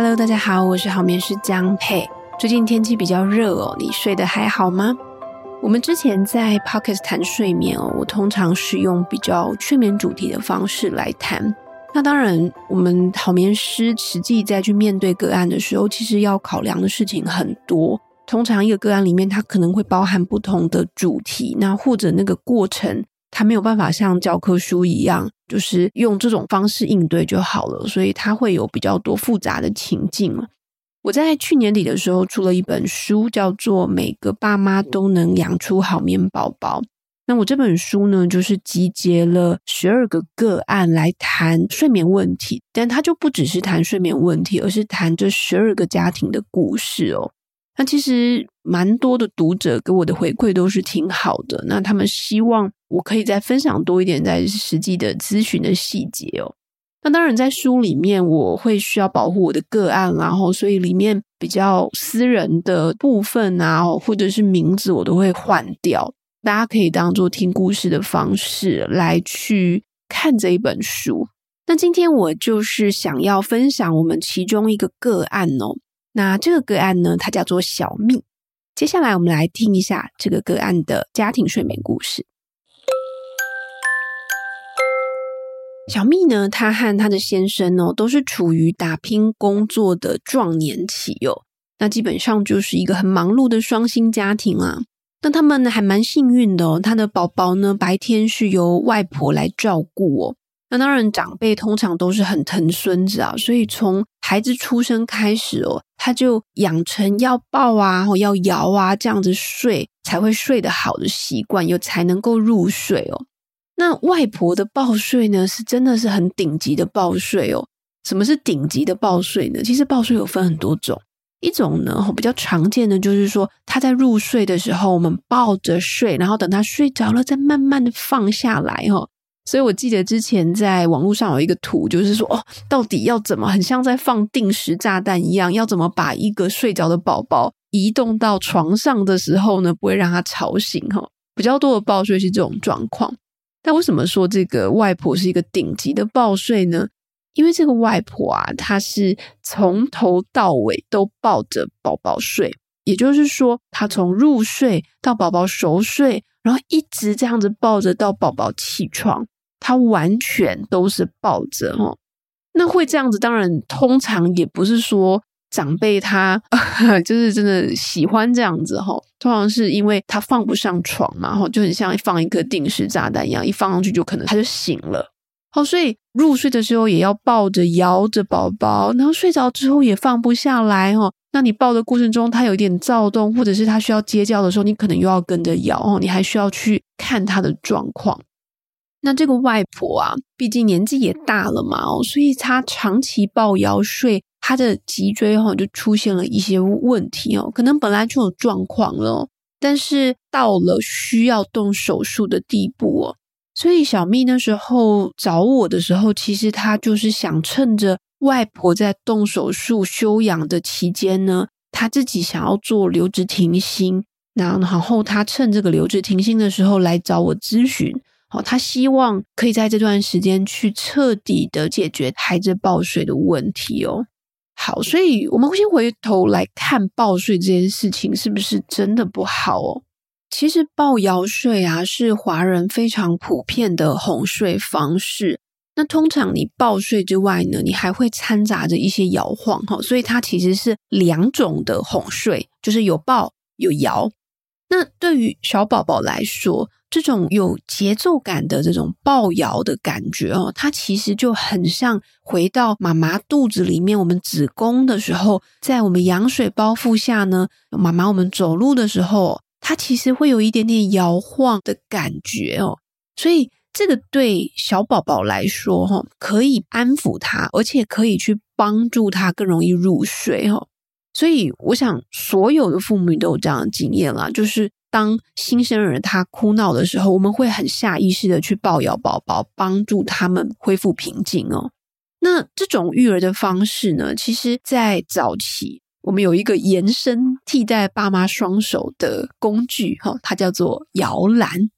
Hello， 大家好，我是好眠师江佩。最近天气比较热哦，你睡得还好吗？我们之前在 Podcast 谈睡眠哦，我通常是用比较睡眠主题的方式来谈。那当然，我们好眠师实际在去面对个案的时候，其实要考量的事情很多。通常一个个案里面，它可能会包含不同的主题，那或者那个过程，它没有办法像教科书一样，就是用这种方式应对就好了，所以它会有比较多复杂的情境了。我在去年底的时候出了一本书，叫做《每个爸妈都能养出好眠宝宝》。那我这本书呢，就是集结了12个个案来谈睡眠问题，但它就不只是谈睡眠问题，而是谈这12个家庭的故事哦。那其实蛮多的读者给我的回馈都是挺好的，那他们希望我可以再分享多一点在实际的咨询的细节哦。那当然在书里面我会需要保护我的个案，然后所以里面比较私人的部分啊，或者是名字我都会换掉，大家可以当作听故事的方式来去看这一本书。那今天我就是想要分享我们其中一个个案哦。那这个个案呢，它叫做小蜜。接下来我们来听一下这个个案的家庭睡眠故事。小蜜呢，她和她的先生哦，都是处于打拼工作的壮年期哦。那基本上就是一个很忙碌的双薪家庭啊。那他们呢还蛮幸运的哦，他的宝宝呢白天是由外婆来照顾哦。那当然长辈通常都是很疼孙子啊，所以从孩子出生开始哦，他就养成要抱啊要摇啊这样子睡才会睡得好的习惯，又才能够入睡哦。那外婆的抱睡呢，是真的是很顶级的抱睡哦。什么是顶级的抱睡呢？其实抱睡有分很多种，一种呢比较常见的就是说他在入睡的时候我们抱着睡，然后等他睡着了再慢慢的放下来哦。所以我记得之前在网络上有一个图，就是说到底要怎么很像在放定时炸弹一样，要怎么把一个睡着的宝宝移动到床上的时候呢，不会让他吵醒哦。比较多的抱睡是这种状况。但为什么说这个外婆是一个顶级的抱睡呢？因为这个外婆啊，她是从头到尾都抱着宝宝睡，也就是说她从入睡到宝宝熟睡，然后一直这样子抱着到宝宝起床，她完全都是抱着哦。那会这样子当然通常也不是说长辈他就是真的喜欢这样子齁，通常是因为他放不上床嘛，就很像放一颗定时炸弹一样，一放上去就可能他就醒了。所以入睡的时候也要抱着摇着宝宝，然后睡着之后也放不下来那你抱的过程中他有一点躁动，或者是他需要接觉的时候，你可能又要跟着摇你还需要去看他的状况。那这个外婆啊，毕竟年纪也大了嘛所以他长期抱摇睡，他的脊椎就出现了一些问题可能本来就有状况了但是到了需要动手术的地步所以小蜜那时候找我的时候，其实他就是想趁着外婆在动手术休养的期间呢，他自己想要做留职停薪，然后他趁这个留职停薪的时候来找我咨询他希望可以在这段时间去彻底的解决孩子抱睡的问题好，所以我们先回头来看抱睡这件事情是不是真的不好其实抱摇睡啊是华人非常普遍的哄睡方式。那通常你抱睡之外呢，你还会掺杂着一些摇晃所以它其实是2种的哄睡，就是有抱有摇。那对于小宝宝来说，这种有节奏感的这种抱摇的感觉它其实就很像回到妈妈肚子里面我们子宫的时候，在我们羊水包覆下呢，妈妈我们走路的时候它其实会有一点点摇晃的感觉所以这个对小宝宝来说可以安抚他，而且可以去帮助他更容易入睡所以我想所有的父母都有这样的经验啦，就是当新生儿他哭闹的时候，我们会很下意识的去抱摇宝宝，帮助他们恢复平静那这种育儿的方式呢，其实在早期我们有一个延伸替代爸妈双手的工具它叫做摇篮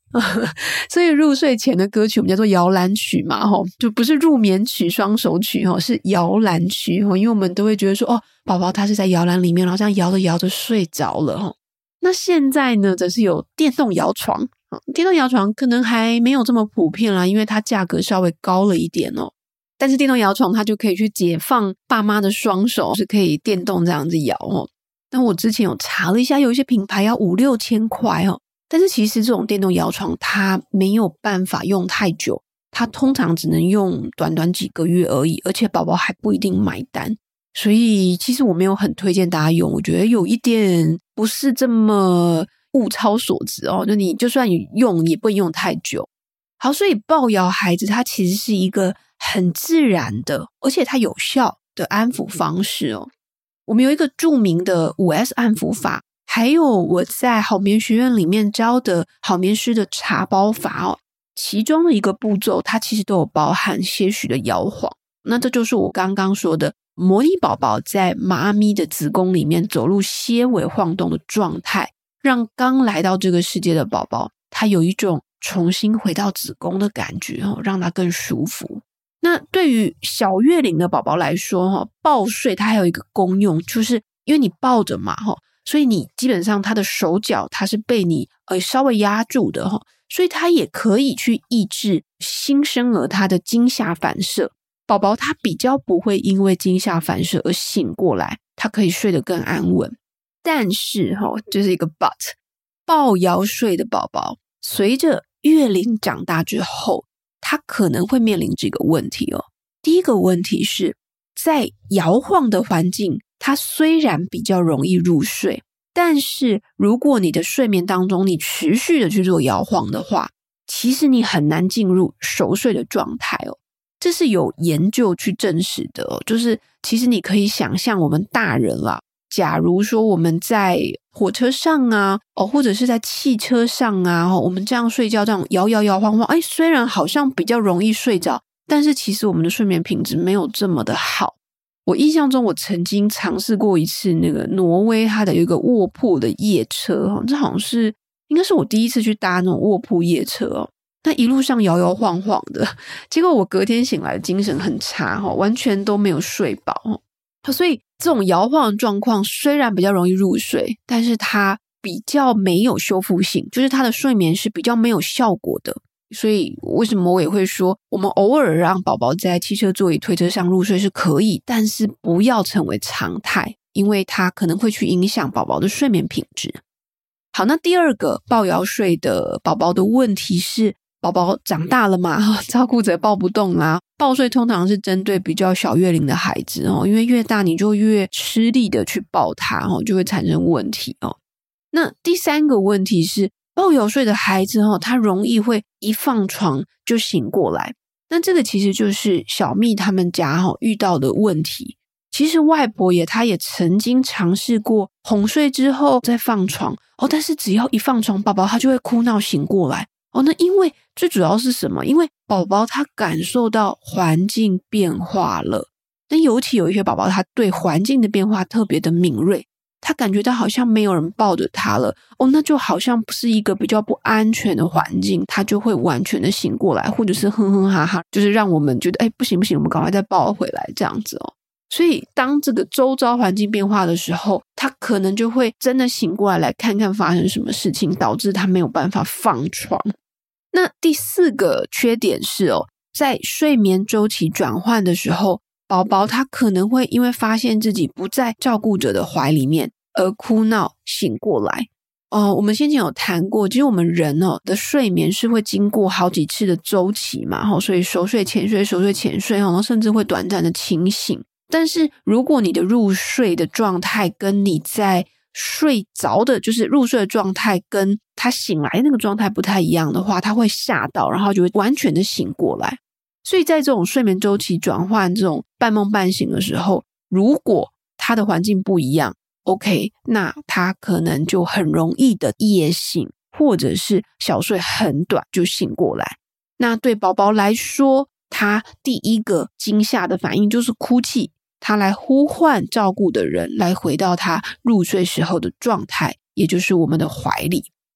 所以入睡前的歌曲我们叫做摇篮曲嘛，就不是入眠曲双手曲，是摇篮曲，因为我们都会觉得说宝宝他是在摇篮里面，然后这样摇着摇着睡着了。那现在呢则是有电动摇床，电动摇床可能还没有这么普遍啦，因为它价格稍微高了一点但是电动摇床它就可以去解放爸妈的双手，是可以电动这样子摇那我之前有查了一下，有一些品牌要5-6千块但是其实这种电动摇床它没有办法用太久，它通常只能用短短几个月而已，而且宝宝还不一定买单，所以其实我没有很推荐大家用，我觉得有一点不是这么物超所值就你就算用也不能用太久。好，所以抱摇孩子它其实是一个很自然的而且它有效的安抚方式我们有一个著名的5S 安抚法，还有我在好眠学院里面教的好眠师的茶包法其中的一个步骤它其实都有包含些许的摇晃。那这就是我刚刚说的模拟宝宝在妈咪的子宫里面走入些微晃动的状态，让刚来到这个世界的宝宝他有一种重新回到子宫的感觉让他更舒服。那对于小月龄的宝宝来说抱睡它还有一个功用，就是因为你抱着嘛所以你基本上他的手脚它是被你稍微压住的所以它也可以去抑制新生儿他的惊吓反射，宝宝他比较不会因为惊吓反射而醒过来，他可以睡得更安稳。但是就是一个 but， 抱摇睡的宝宝随着月龄长大之后，他可能会面临这个问题第一个问题是在摇晃的环境，它虽然比较容易入睡，但是如果你的睡眠当中你持续的去做摇晃的话，其实你很难进入熟睡的状态这是有研究去证实的就是其实你可以想象我们大人啦，假如说我们在火车上啊或者是在汽车上啊我们这样睡觉，这样摇摇摇晃晃虽然好像比较容易睡着，但是其实我们的睡眠品质没有这么的好。我印象中我曾经尝试过一次那个挪威它的有一个卧铺的夜车这好像是应该是我第一次去搭那种卧铺夜车那一路上摇摇晃晃的，结果我隔天醒来精神很差完全都没有睡饱所以这种摇晃的状况虽然比较容易入睡，但是它比较没有修复性，就是它的睡眠是比较没有效果的。所以为什么我也会说我们偶尔让宝宝在汽车座椅推车上入睡是可以，但是不要成为常态，因为它可能会去影响宝宝的睡眠品质。好，那第二个抱摇睡的宝宝的问题是宝宝长大了嘛，照顾者抱不动啦。抱睡通常是针对比较小月龄的孩子因为越大你就越吃力的去抱他就会产生问题那第三个问题是抱摇睡的孩子他容易会一放床就醒过来，那这个其实就是小蜜他们家遇到的问题。其实外婆她也曾经尝试过哄睡之后再放床但是只要一放床宝宝他就会哭闹醒过来那因为最主要是什么？因为宝宝他感受到环境变化了，那尤其有一些宝宝他对环境的变化特别的敏锐，他感觉到好像没有人抱着他了那就好像不是一个比较不安全的环境，他就会完全的醒过来，或者是哼哼哈哈，就是让我们觉得不行不行，我们赶快再抱回来这样子所以当这个周遭环境变化的时候，他可能就会真的醒过来，来看看发生什么事情，导致他没有办法放床。那第四个缺点是在睡眠周期转换的时候，宝宝他可能会因为发现自己不在照顾者的怀里面而哭闹醒过来我们先前有谈过，其实我们人的睡眠是会经过好几次的周期嘛所以熟睡浅睡熟睡浅睡甚至会短暂的清醒。但是如果你的入睡的状态跟你在睡着的就是入睡的状态跟他醒来那个状态不太一样的话，他会吓到，然后就会完全的醒过来。所以在这种睡眠周期转换这种半梦半醒的时候，如果他的环境不一样 OK， 那他可能就很容易的夜醒，或者是小睡很短就醒过来。那对宝宝来说，他第一个惊吓的反应就是哭泣，他来呼唤照顾的人来回到他入睡时候的状态，也就是我们的怀里。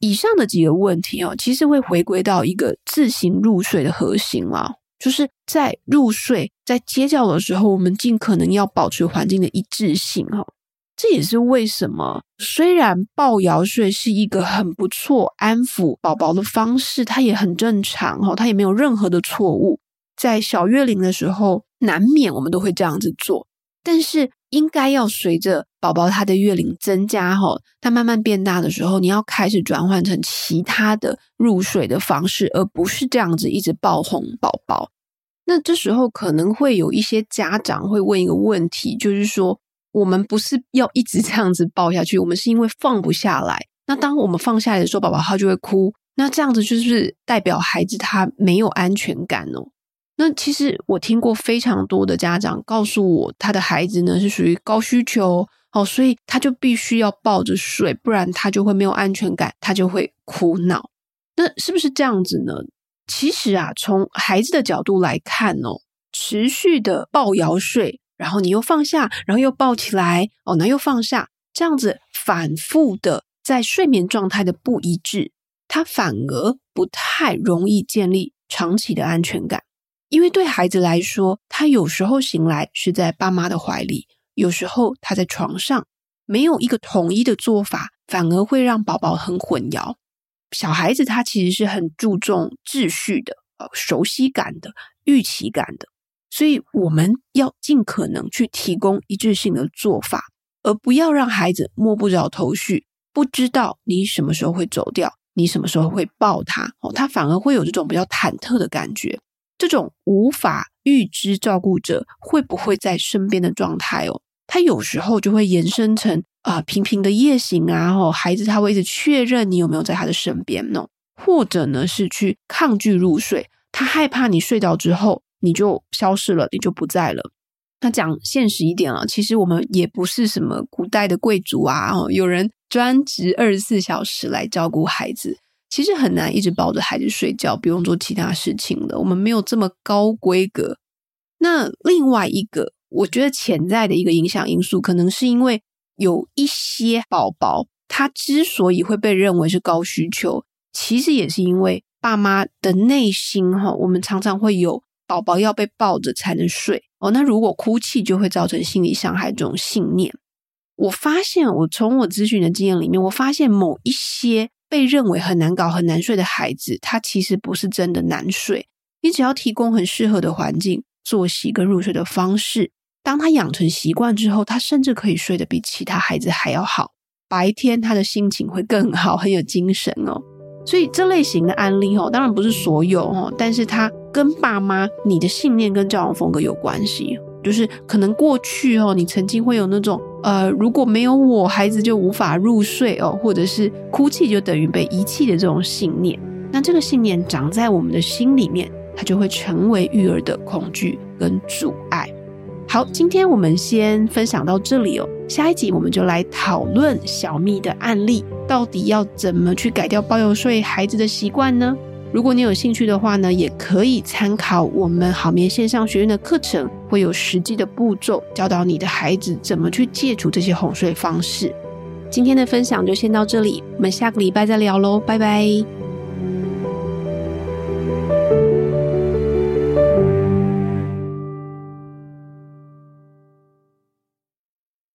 以上的几个问题其实会回归到一个自行入睡的核心啦，就是在入睡在接觉的时候，我们尽可能要保持环境的一致性这也是为什么虽然抱摇睡是一个很不错安抚宝宝的方式，它也很正常它也没有任何的错误，在小月龄的时候难免我们都会这样子做，但是应该要随着宝宝他的月龄增加他慢慢变大的时候，你要开始转换成其他的入睡的方式，而不是这样子一直抱哄宝宝。那这时候可能会有一些家长会问一个问题，就是说我们不是要一直这样子抱下去，我们是因为放不下来，那当我们放下来的时候，宝宝他就会哭，那这样子就是代表孩子他没有安全感那其实我听过非常多的家长告诉我，他的孩子呢是属于高需求所以他就必须要抱着睡，不然他就会没有安全感，他就会哭闹。那是不是这样子呢？其实从孩子的角度来看持续的抱摇睡，然后你又放下，然后又抱起来那又放下，这样子反复的在睡眠状态的不一致，它反而不太容易建立长期的安全感。因为对孩子来说，他有时候醒来是在爸妈的怀里，有时候他在床上，没有一个统一的做法，反而会让宝宝很混淆。小孩子他其实是很注重秩序的熟悉感的预期感的，所以我们要尽可能去提供一致性的做法，而不要让孩子摸不着头绪，不知道你什么时候会走掉，你什么时候会抱他他反而会有这种比较忐忑的感觉。这种无法预知照顾者会不会在身边的状态他有时候就会延伸成频频的夜醒孩子他会一直确认你有没有在他的身边或者呢是去抗拒入睡，他害怕你睡着之后你就消失了，你就不在了。那讲现实一点其实我们也不是什么古代的贵族有人专职24小时来照顾孩子，其实很难一直抱着孩子睡觉，不用做其他事情的，我们没有这么高规格。那另外一个我觉得潜在的一个影响因素，可能是因为有一些宝宝他之所以会被认为是高需求，其实也是因为爸妈的内心我们常常会有宝宝要被抱着才能睡那如果哭泣就会造成心理伤害这种信念。我发现我从我咨询的经验里面，我发现某一些被认为很难搞很难睡的孩子，他其实不是真的难睡，你只要提供很适合的环境、作息跟入睡的方式，当他养成习惯之后，他甚至可以睡得比其他孩子还要好，白天他的心情会更好，很有精神所以这类型的案例当然不是所有但是它跟爸妈你的信念跟教养风格有关系，就是可能过去你曾经会有那种如果没有我孩子就无法入睡或者是哭泣就等于被遗弃的这种信念，那这个信念长在我们的心里面，它就会成为育儿的恐惧跟阻碍。好，今天我们先分享到这里下一集我们就来讨论小蜜的案例，到底要怎么去改掉抱摇睡孩子的习惯呢？如果你有兴趣的话呢，也可以参考我们好眠线上学院的课程，会有实际的步骤教导你的孩子怎么去戒除这些哄睡方式。今天的分享就先到这里，我们下个礼拜再聊咯，拜拜。